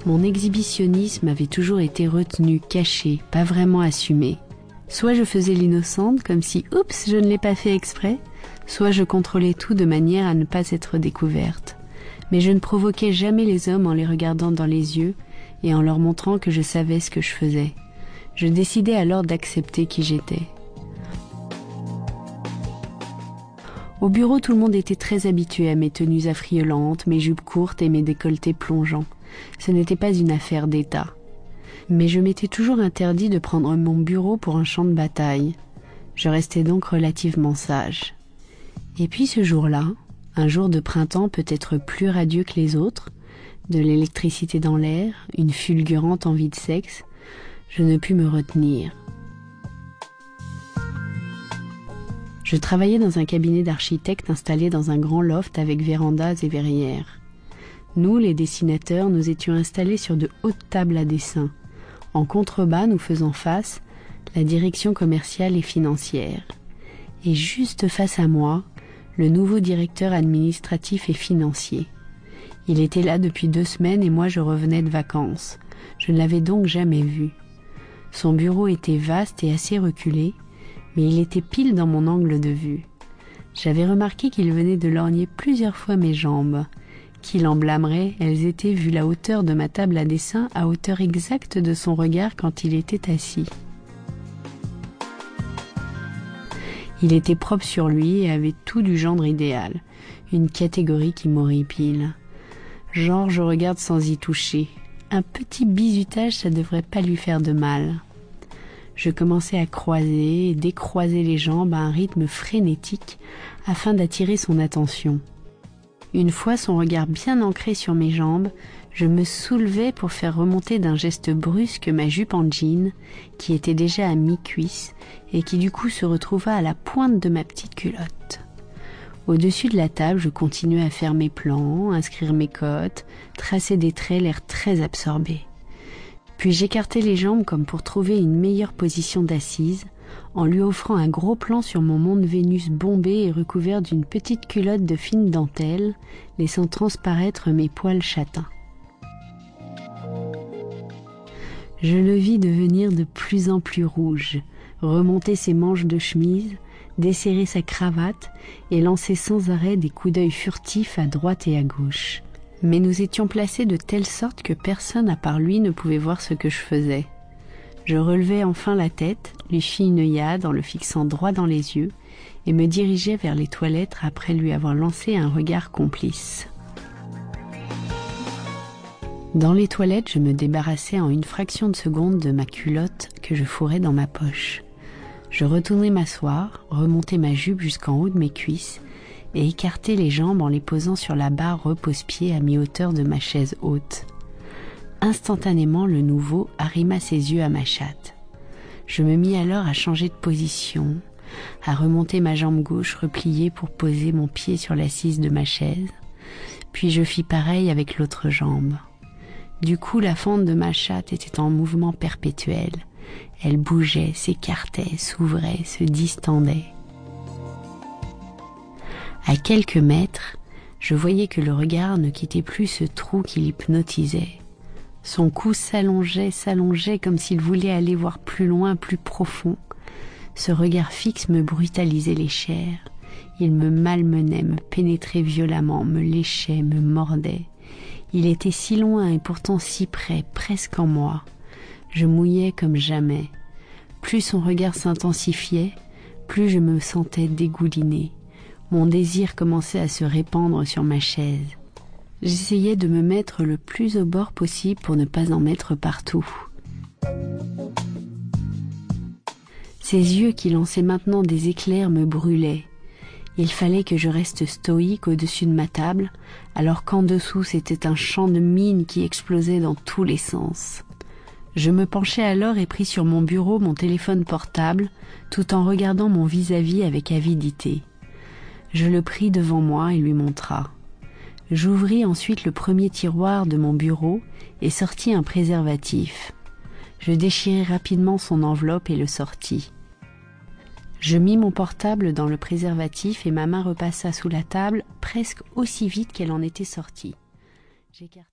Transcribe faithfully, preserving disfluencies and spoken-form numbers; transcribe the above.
Mon exhibitionnisme avait toujours été retenu, caché, pas vraiment assumé. Soit je faisais l'innocente, comme si « oups, je ne l'ai pas fait exprès », soit je contrôlais tout de manière à ne pas être découverte. Mais je ne provoquais jamais les hommes en les regardant dans les yeux et en leur montrant que je savais ce que je faisais. Je décidai alors d'accepter qui j'étais. Au bureau, tout le monde était très habitué à mes tenues affriolantes, mes jupes courtes et mes décolletés plongeants. Ce n'était pas une affaire d'État. Mais je m'étais toujours interdit de prendre mon bureau pour un champ de bataille. Je restais donc relativement sage. Et puis ce jour-là, un jour de printemps peut-être plus radieux que les autres, de l'électricité dans l'air, une fulgurante envie de sexe, je ne pus me retenir. Je travaillais dans un cabinet d'architecte installé dans un grand loft avec vérandas et verrières. Nous, les dessinateurs, nous étions installés sur de hautes tables à dessin. En contrebas, nous faisant face, la direction commerciale et financière. Et juste face à moi, le nouveau directeur administratif et financier. Il était là depuis deux semaines et moi je revenais de vacances. Je ne l'avais donc jamais vu. Son bureau était vaste et assez reculé, mais il était pile dans mon angle de vue. J'avais remarqué qu'il venait de lorgner plusieurs fois mes jambes. Qu'il en blâmerait, elles étaient, vu la hauteur de ma table à dessin, à hauteur exacte de son regard quand il était assis. Il était propre sur lui et avait tout du genre idéal, une catégorie qui m'horripile. Genre, je regarde sans y toucher. Un petit bizutage, ça devrait pas lui faire de mal. Je commençais à croiser et décroiser les jambes à un rythme frénétique afin d'attirer son attention. Une fois son regard bien ancré sur mes jambes, je me soulevais pour faire remonter d'un geste brusque ma jupe en jean, qui était déjà à mi-cuisse et qui du coup se retrouva à la pointe de ma petite culotte. Au-dessus de la table, je continuais à faire mes plans, inscrire mes cotes, tracer des traits, l'air très absorbé. Puis j'écartais les jambes comme pour trouver une meilleure position d'assise, en lui offrant un gros plan sur mon mont de Vénus bombé et recouvert d'une petite culotte de fine dentelle, laissant transparaître mes poils châtains. Je le vis devenir de plus en plus rouge, remonter ses manches de chemise, desserrer sa cravate et lancer sans arrêt des coups d'œil furtifs à droite et à gauche. Mais nous étions placés de telle sorte que personne à part lui ne pouvait voir ce que je faisais. Je relevai enfin la tête, lui fis une œillade en le fixant droit dans les yeux et me dirigeai vers les toilettes après lui avoir lancé un regard complice. Dans les toilettes, je me débarrassai en une fraction de seconde de ma culotte que je fourrais dans ma poche. Je retournai m'asseoir, remontai ma jupe jusqu'en haut de mes cuisses et écartai les jambes en les posant sur la barre repose-pied à mi-hauteur de ma chaise haute. Instantanément, le nouveau arrima ses yeux à ma chatte. Je me mis alors à changer de position, à remonter ma jambe gauche repliée pour poser mon pied sur l'assise de ma chaise, puis je fis pareil avec l'autre jambe. Du coup, la fente de ma chatte était en mouvement perpétuel. Elle bougeait, s'écartait, s'ouvrait, se distendait. À quelques mètres, je voyais que le regard ne quittait plus ce trou qui l'hypnotisait. Son cou s'allongeait, s'allongeait comme s'il voulait aller voir plus loin, plus profond. Ce regard fixe me brutalisait les chairs. Il me malmenait, me pénétrait violemment, me léchait, me mordait. Il était si loin et pourtant si près, presque en moi. Je mouillais comme jamais. Plus son regard s'intensifiait, plus je me sentais dégoulinée. Mon désir commençait à se répandre sur ma chaise. J'essayais de me mettre le plus au bord possible pour ne pas en mettre partout. Ses yeux qui lançaient maintenant des éclairs me brûlaient. Il fallait que je reste stoïque au-dessus de ma table, alors qu'en dessous c'était un champ de mine qui explosait dans tous les sens. Je me penchai alors et pris sur mon bureau mon téléphone portable, tout en regardant mon vis-à-vis avec avidité. Je le pris devant moi et lui montra. J'ouvris ensuite le premier tiroir de mon bureau et sortis un préservatif. Je déchirai rapidement son enveloppe et le sortis. Je mis mon portable dans le préservatif et ma main repassa sous la table presque aussi vite qu'elle en était sortie. J'écartai